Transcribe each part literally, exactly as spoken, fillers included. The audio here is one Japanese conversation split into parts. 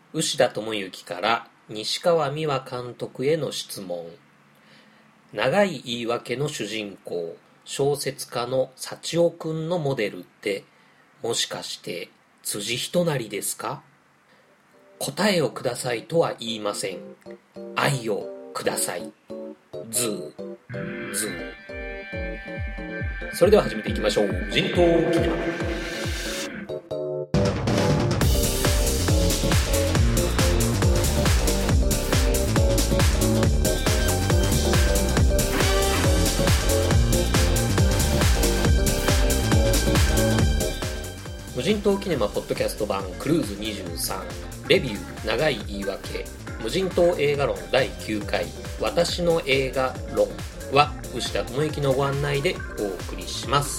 牛田智之から西川美和監督への質問。長い言い訳の主人公、小説家の幸男くんのモデルってもしかして辻仁成ですか？答えをくださいとは言いません。愛をください。ズーズー。それでは始めていきましょう。無人島キネマ。無人島キネマポッドキャスト版クルーズにじゅうさんレビュー長い言い訳無人島映画論だいきゅうかい私の映画論は牛田智之のご案内でお送りします。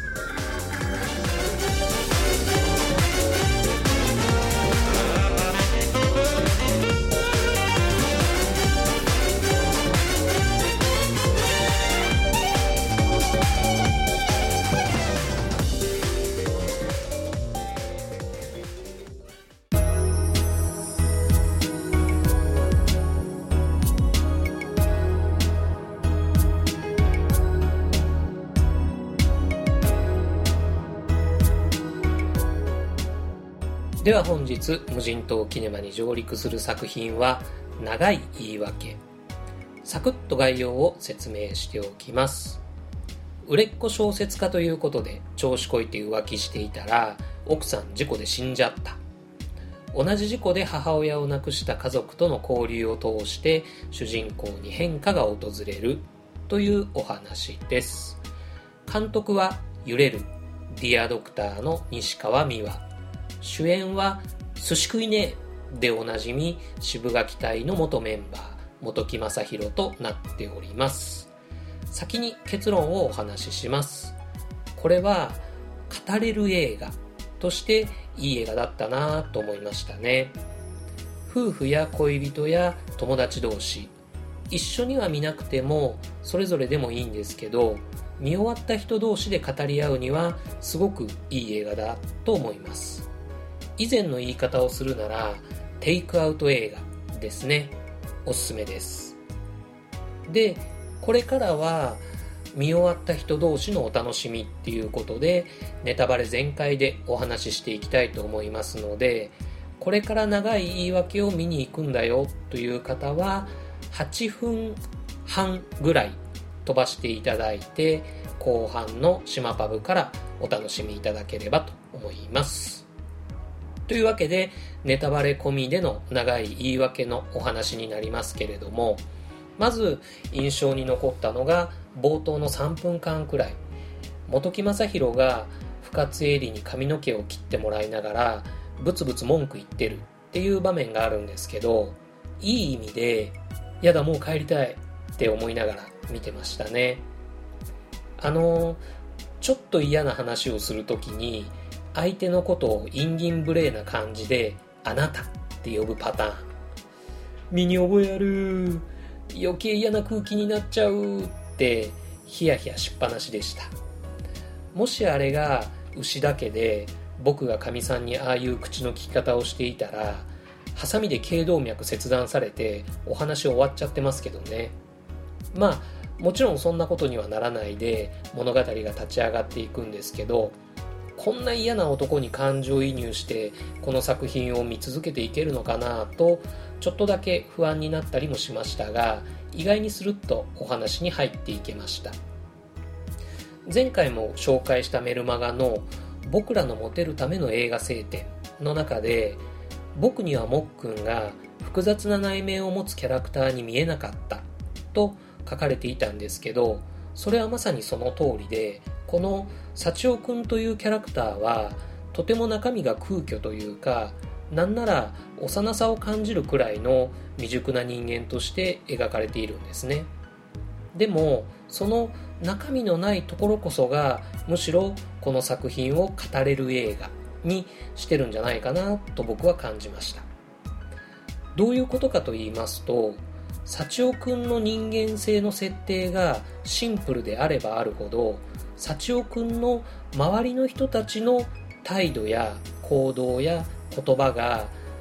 では本日無人島キネマに上陸する作品は長い言い訳。サクッと概要を説明しておきます。売れっ子小説家ということで調子こいて浮気していたら奥さん事故で死んじゃった。同じ事故で母親を亡くした家族との交流を通して主人公に変化が訪れるというお話です。監督は揺れるディアドクターの西川美和、主演は寿司食いねえでおなじみ渋垣隊の元メンバー本木雅弘となっております。先に結論をお話しします。これは語れる映画としていい映画だったなと思いましたね。夫婦や恋人や友達同士一緒には見なくてもそれぞれでもいいんですけど、見終わった人同士で語り合うにはすごくいい映画だと思います。以前の言い方をするならテイクアウト映画ですね。おすすめです。で、これからは見終わった人同士のお楽しみっていうことでネタバレ全開でお話ししていきたいと思いますので、これから長い言い訳を見に行くんだよという方ははっぷんはんぐらい飛ばしていただいて後半の島パブからお楽しみいただければと思います。というわけでネタバレ込みでの長い言い訳のお話になりますけれども、まず印象に残ったのが冒頭のさんぷんかんくらい本木雅弘が深津絵里に髪の毛を切ってもらいながらブツブツ文句言ってるっていう場面があるんですけど、いい意味でやだもう帰りたいって思いながら見てましたね。あのちょっと嫌な話をするときに相手のことを陰銀無礼な感じであなたって呼ぶパターン、身に覚えある、余計嫌な空気になっちゃうってヒヤヒヤしっぱなしでした。もしあれが牛だけで僕がかみさんにああいう口の利き方をしていたらハサミで頸動脈切断されてお話終わっちゃってますけどね。まあもちろんそんなことにはならないで物語が立ち上がっていくんですけど、こんな嫌な男に感情移入してこの作品を見続けていけるのかなとちょっとだけ不安になったりもしましたが、意外にスルッとお話に入っていけました。前回も紹介したメルマガの僕らのモテるための映画聖典の中で、僕にはもっくんが複雑な内面を持つキャラクターに見えなかったと書かれていたんですけど、それはまさにその通りで、この幸男くんというキャラクターはとても中身が空虚というか、なんなら幼さを感じるくらいの未熟な人間として描かれているんですね。でもその中身のないところこそがむしろこの作品を語れる映画にしてるんじゃないかなと僕は感じました。どういうことかと言いますと、幸男くんの人間性の設定がシンプルであればあるほど、幸男くんの周りの人たちの態度や行動や言葉が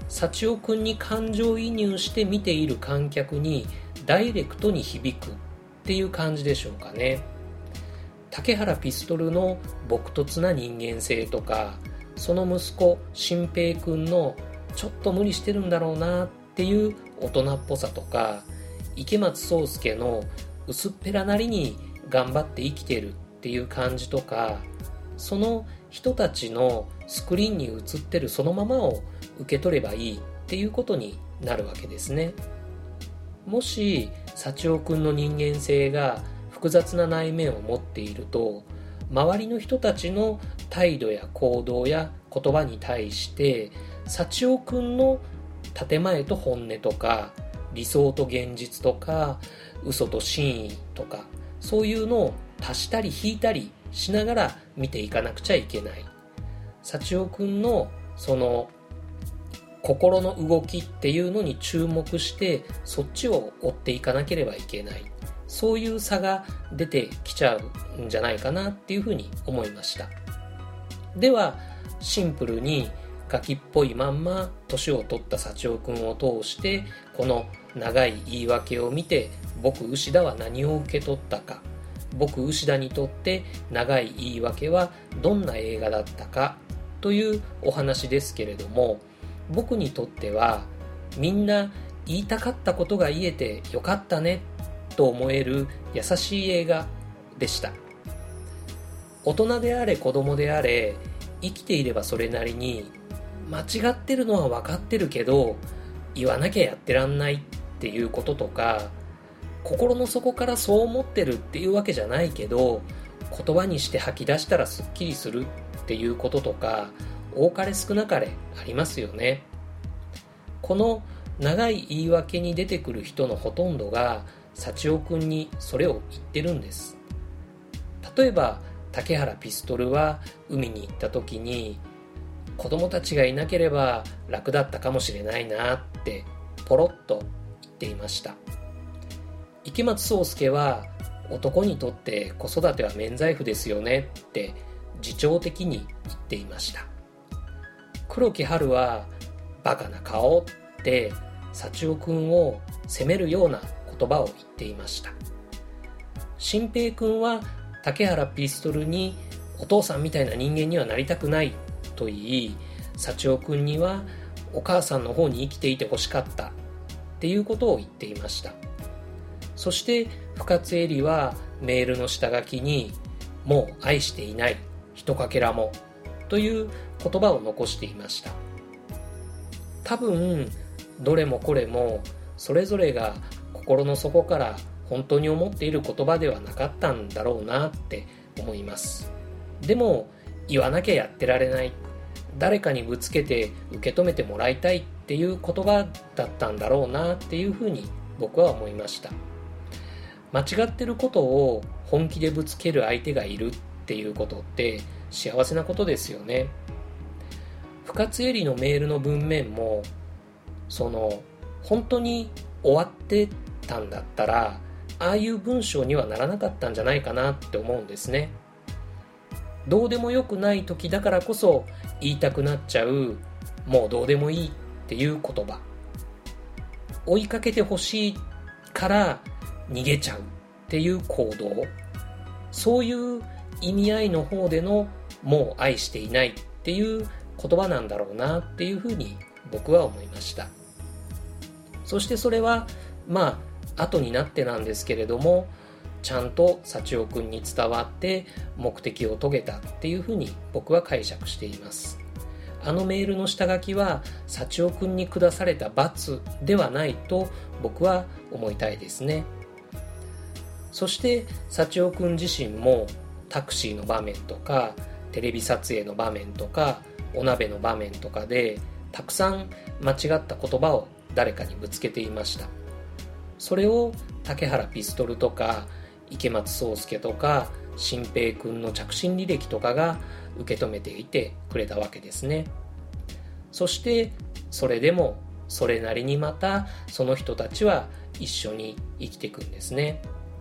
幸男くんに感情移入して見ている観客にダイレクトに響くっていう感じでしょうかね。竹原ピストルの朴訥な人間性とか、その息子新平くんのちょっと無理してるんだろうなっていう大人っぽさとか、池松壮亮の薄っぺらなりに頑張って生きてるっていう感じとか、その人たちのスクリーンに映ってるそのままを受け取ればいいっていうことになるわけですね。もし幸男くんの人間性が複雑な内面を持っていると、周りの人たちの態度や行動や言葉に対して幸男くんの建前と本音とか、理想と現実とか、嘘と真意とか、そういうのを足したり引いたりしながら見ていかなくちゃいけない。幸男くんのその心の動きっていうのに注目して、そっちを追っていかなければいけない。そういう差が出てきちゃうんじゃないかなっていうふうに思いました。ではシンプルにガキっぽいまんま年を取った幸男くんを通して、この長い言い訳を見て僕牛田は何を受け取ったか、僕牛田にとって長い言い訳はどんな映画だったかというお話ですけれども、僕にとってはみんな言いたかったことが言えてよかったねと思える優しい映画でした。大人であれ子供であれ、生きていればそれなりに間違ってるのは分かってるけど言わなきゃやってらんないっていうこととか、心の底からそう思ってるっていうわけじゃないけど言葉にして吐き出したらすっきりするっていうこととか、多かれ少なかれありますよね。この長い言い訳に出てくる人のほとんどが幸男くんにそれを言ってるんです。例えば竹原ピストルは海に行った時に、子供たちがいなければ楽だったかもしれないなってポロッと言っていました。池松壮亮は男にとって子育ては免罪符ですよねって自重的に言っていました。黒木華はバカな顔って幸男くんを責めるような言葉を言っていました。新平くんは竹原ピストルにお父さんみたいな人間にはなりたくないと言い、幸男くんにはお母さんの方に生きていてほしかったっていうことを言っていました。そして深津絵里はメールの下書きにもう愛していないひとかけらもという言葉を残していました。多分どれもこれもそれぞれが心の底から本当に思っている言葉ではなかったんだろうなって思います。でも言わなきゃやってられない、誰かにぶつけて受け止めてもらいたいっていう言葉だったんだろうなっていうふうに僕は思いました。間違ってることを本気でぶつける相手がいるっていうことって幸せなことですよね。深津絵里のメールの文面も、その本当に終わってたんだったらああいう文章にはならなかったんじゃないかなって思うんですね。どうでもよくない時だからこそ言いたくなっちゃうもうどうでもいいっていう言葉、追いかけてほしいから逃げちゃうっていう行動、そういう意味合いの方でのもう愛していないっていう言葉なんだろうなっていうふうに僕は思いました。そしてそれはまあ後になってなんですけれども、ちゃんと幸男くんに伝わって目的を遂げたっていうふうに僕は解釈しています。あのメールの下書きは幸男くんに下された罰ではないと僕は思いたいですね。そして幸男くん自身もタクシーの場面とかテレビ撮影の場面とかお鍋の場面とかでたくさん間違った言葉を誰かにぶつけていました。それを竹原ピストルとか池松壮亮とか新平くんの着信履歴とかが受け止めていてくれたわけですね。そしてそれでもそれなりにまたその人たちは一緒に生きていくんですね。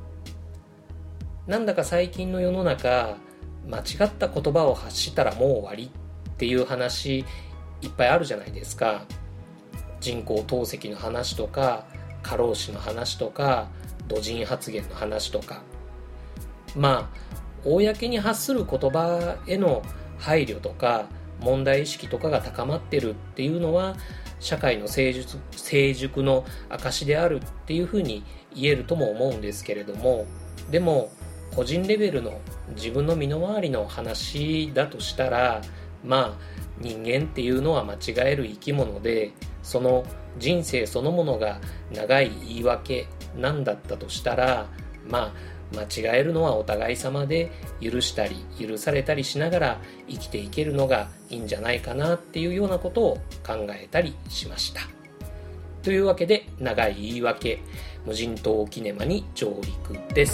なんだか最近の世の中、間違った言葉を発したらもう終わりっていう話いっぱいあるじゃないですか。 人工透析の話とか過労死の話とか土人発言の話とか、まあ公に発する言葉への配慮とか問題意識とかが高まってるっていうのは社会の成熟、成熟の証であるっていうふうに言えるとも思うんですけれども、でも個人レベルの自分の身の回りの話だとしたら、まあ人間っていうのは間違える生き物で、その人生そのものが長い言い訳なんだったとしたら、まあ間違えるのはお互い様で、許したり許されたりしながら生きていけるのがいいんじゃないかなっていうようなことを考えたりしました。というわけで、長い言い訳、無人島キネマに上陸です。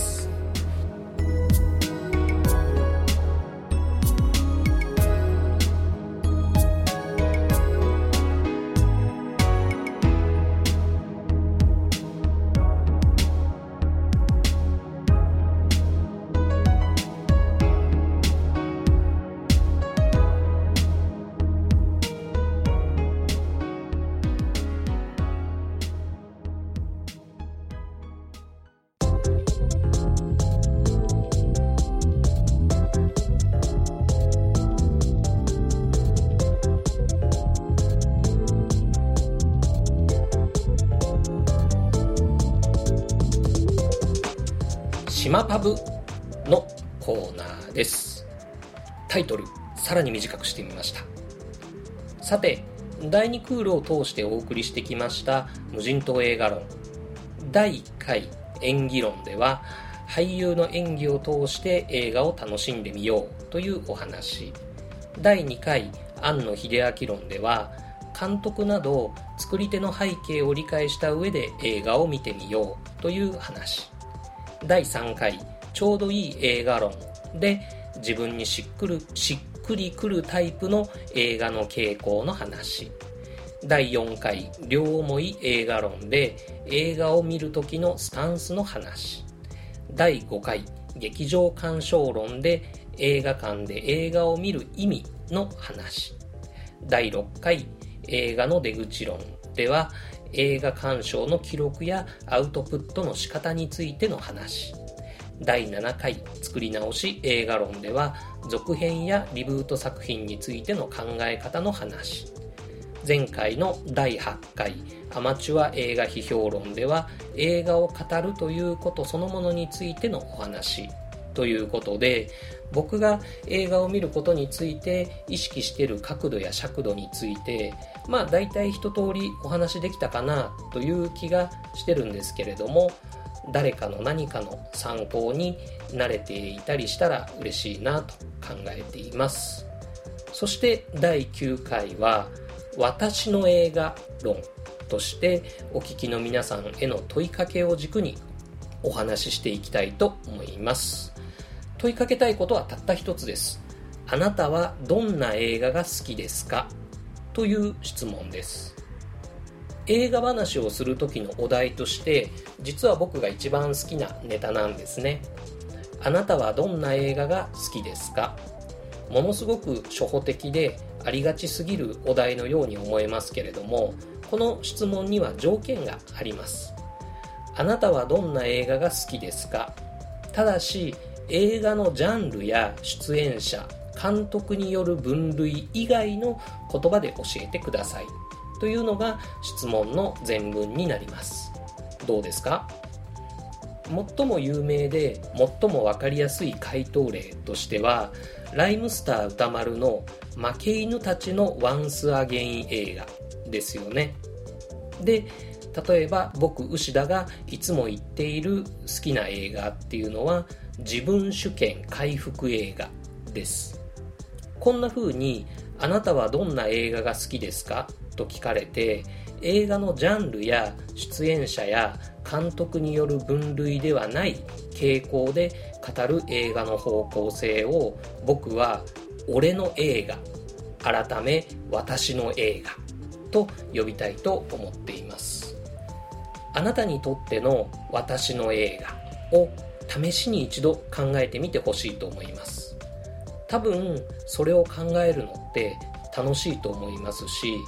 島パブのコーナーです。タイトルさらに短くしてみました。さて、だいにクールを通してお送りしてきました無人島映画論だいいっかい演技論では、俳優の演技を通して映画を楽しんでみようというお話、だいにかい庵野秀明論では、監督など作り手の背景を理解した上で映画を見てみようという話、だいさんかいちょうどいい映画論で、自分にしっくりしっくりくるタイプの映画の傾向の話、だいよんかい両思い映画論で映画を見る時のスタンスの話、だいごかい劇場鑑賞論で映画館で映画を見る意味の話、だいろっかい映画の出口論では映画鑑賞の記録やアウトプットの仕方についての話、だいななかい作り直し映画論では続編やリブート作品についての考え方の話、前回のだいはちかいアマチュア映画批評論では映画を語るということそのものについてのお話ということで、僕が映画を見ることについて意識している角度や尺度について、まあ大体一通りお話できたかなという気がしてるんですけれども、誰かの何かの参考になれていたりしたら嬉しいなと考えています。そしてだいきゅうかいは私の映画論としてお聞きの皆さんへの問いかけを軸にお話ししていきたいと思います。問いかけたいことはたった一つです。あなたはどんな映画が好きですか？という質問です。映画話をする時のお題として実は僕が一番好きなネタなんですね。あなたはどんな映画が好きですか？ものすごく初歩的でありがちすぎるお題のように思えますけれども、この質問には条件があります。あなたはどんな映画が好きですか？ただし映画のジャンルや出演者、監督による分類以外の言葉で教えてくださいというのが質問の全文になります。どうですか？最も有名で最も分かりやすい回答例としては、ライムスター歌丸の負け犬たちのワンスアゲイン映画ですよね。で、例えば僕牛田がいつも言っている好きな映画っていうのは自分主権回復映画です。こんな風にあなたはどんな映画が好きですかと聞かれて、映画のジャンルや出演者や監督による分類ではない傾向で語る映画の方向性を僕は俺の映画改め私の映画と呼びたいと思っています。あなたにとっての私の映画を試しに一度考えてみてほしいと思います。多分それを考えるのって楽しいと思いますし、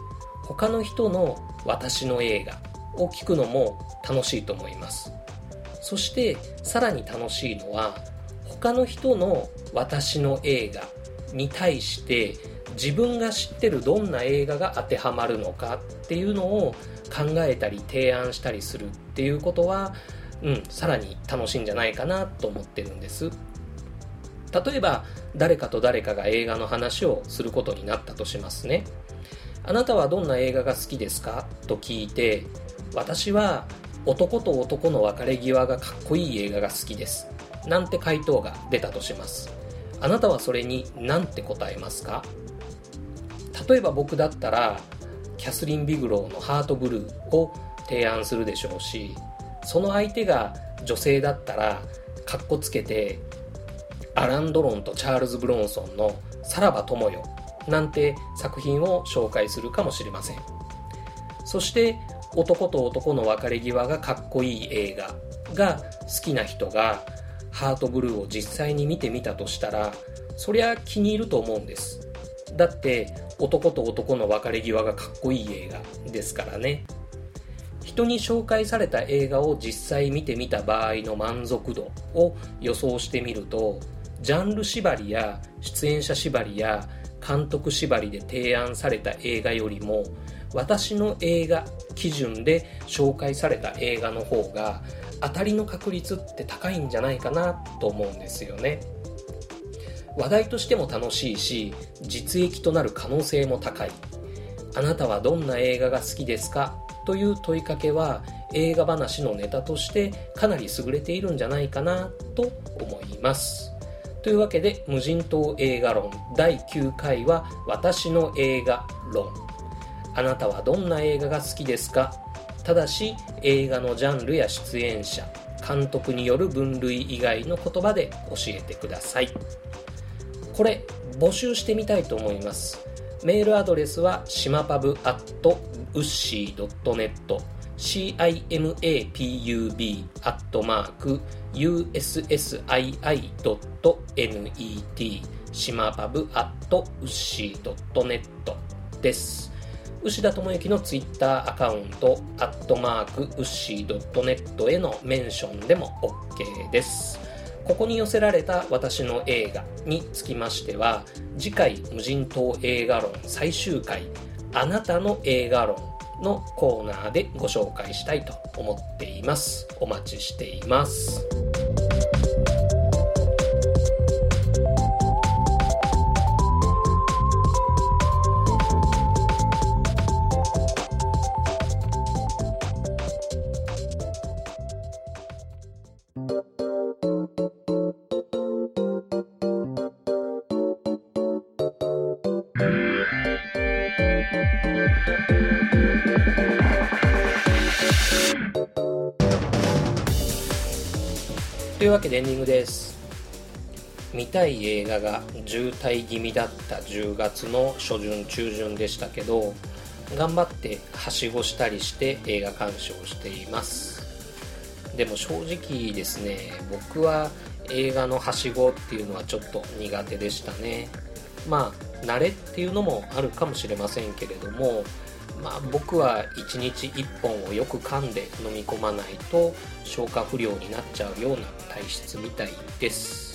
他の人の私の映画を聞くのも楽しいと思います。そしてさらに楽しいのは、他の人の私の映画に対して自分が知ってるどんな映画が当てはまるのかっていうのを考えたり提案したりするっていうことは、うん、さらに楽しいんじゃないかなと思ってるんです。例えば誰かと誰かが映画の話をすることになったとしますね。あなたはどんな映画が好きですかと聞いて、私は男と男の別れ際がかっこいい映画が好きですなんて回答が出たとします。あなたはそれに何て答えますか？例えば僕だったらキャスリン・ビグローのハートブルーを提案するでしょうし、その相手が女性だったらかっこつけてアラン・ドロンとチャールズ・ブロンソンのさらば友よなんて作品を紹介するかもしれません。そして男と男の別れ際がかっこいい映画が好きな人がハートブルーを実際に見てみたとしたら、そりゃ気に入ると思うんです。だって男と男の別れ際がかっこいい映画ですからね。人に紹介された映画を実際見てみた場合の満足度を予想してみると、ジャンル縛りや出演者縛りや監督縛りで提案された映画よりも、私の映画基準で紹介された映画の方が当たりの確率って高いんじゃないかなと思うんですよね。話題としても楽しいし、実益となる可能性も高い。あなたはどんな映画が好きですかという問いかけは、映画話のネタとしてかなり優れているんじゃないかなと思います。というわけで、無人島映画論だいきゅうかいは私の映画論。あなたはどんな映画が好きですか？ただし映画のジャンルや出演者、監督による分類以外の言葉で教えてください。これ募集してみたいと思います。メールアドレスはしまパブアットウッシードットネット シーアイエムエーピーユービー アットマーク ユーエスエスアイアイドットネット しまパブアットウッシードットネットです。牛田智之のツイッターアカウントアットマークウッシードットネットへのメンションでも OK です。ここに寄せられた私の映画につきましては、次回無人島映画論最終回あなたの映画論のコーナーでご紹介したいと思っています。お待ちしています。というわけでエンディングです。見たい映画が渋滞気味だったじゅうがつの初旬中旬でしたけど、頑張ってはしごしたりして映画鑑賞しています。でも正直ですね、僕は映画のはしごっていうのはちょっと苦手でしたね。まあ慣れっていうのもあるかもしれませんけれども、まあ、僕はいちにちいっぽんをよく噛んで飲み込まないと消化不良になっちゃうような体質みたいです。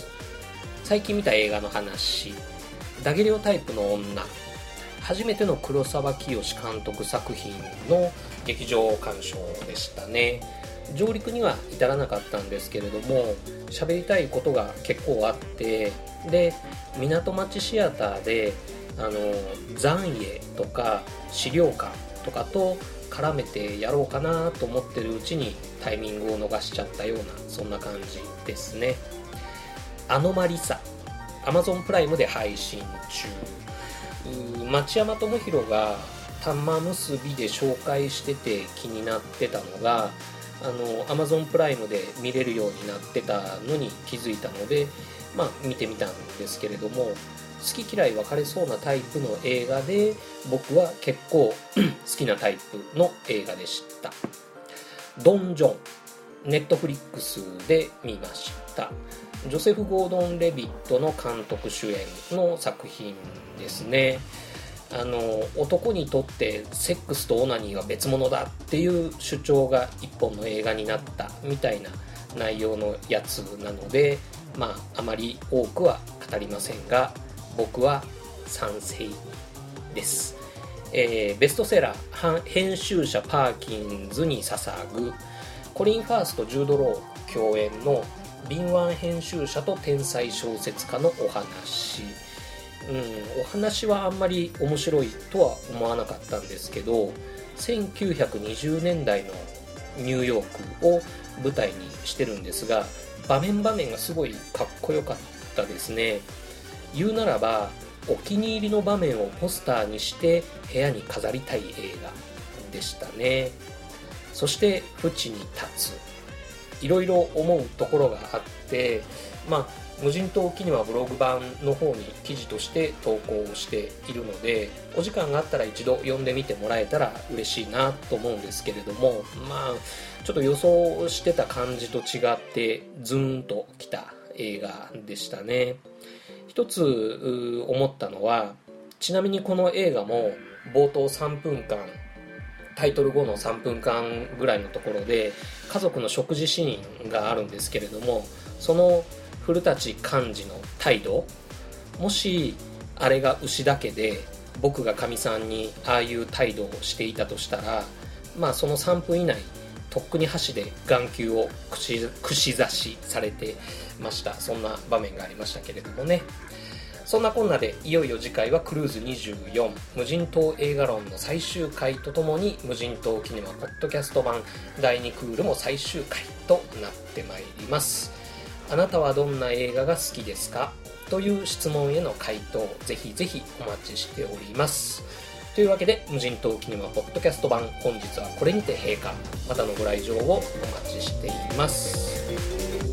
最近見た映画の話、ダゲレオタイプの女、初めての黒沢清監督作品の劇場鑑賞でしたね。上陸には至らなかったんですけれども、喋りたいことが結構あって、で港町シアターであの残影とか資料館とかと絡めてやろうかなと思ってるうちにタイミングを逃しちゃったような、そんな感じですね。アノマリサ、 Amazon プライムで配信中。町山智博が玉結びで紹介してて気になってたのが、あの Amazon プライムで見れるようになってたのに気づいたので、まあ見てみたんですけれども、好き嫌い分かれそうなタイプの映画で、僕は結構好きなタイプの映画でした。ドン・ジョン、ネットフリックスで見ました。ジョセフ・ゴードン・レビットの監督主演の作品ですね。 あの男にとってセックスとオナニーは別物だっていう主張が一本の映画になったみたいな内容のやつなので、まああまり多くは語りませんが、僕は賛成です。えー、ベストセラー編集者パーキンズに捧ぐ、コリン・ファースとジュード・ロー共演の敏腕編集者と天才小説家のお話。うん、お話はあんまり面白いとは思わなかったんですけど、せんきゅうひゃくにじゅうねんだいのニューヨークを舞台にしてるんですが、場面場面がすごいかっこよかったですね。言うならばお気に入りの場面をポスターにして部屋に飾りたい映画でしたね。そして淵に立つ、いろいろ思うところがあって、まあ無人島キネマブログ版の方に記事として投稿しているので、お時間があったら一度読んでみてもらえたら嬉しいなと思うんですけれども、まあちょっと予想してた感じと違ってズーンときた映画でしたね。一つ思ったのは、ちなみにこの映画も冒頭さんぷんかん、タイトル後のさんぷんかんぐらいのところで家族の食事シーンがあるんですけれども、その古舘幹事の態度、もしあれが牛だけで僕がかみさんにああいう態度をしていたとしたら、まあそのさんぷん以内とっくに箸で眼球を串串刺しされてました。そんな場面がありましたけれどもね。そんなこんなでいよいよ次回はクルーズにじゅうよん無人島映画論の最終回とともに、無人島キネマポッドキャスト版だいにクールも最終回となってまいります。あなたはどんな映画が好きですかという質問への回答、ぜひぜひお待ちしております。というわけで無人島キネマポッドキャスト版、本日はこれにて閉館。またのご来場をお待ちしています。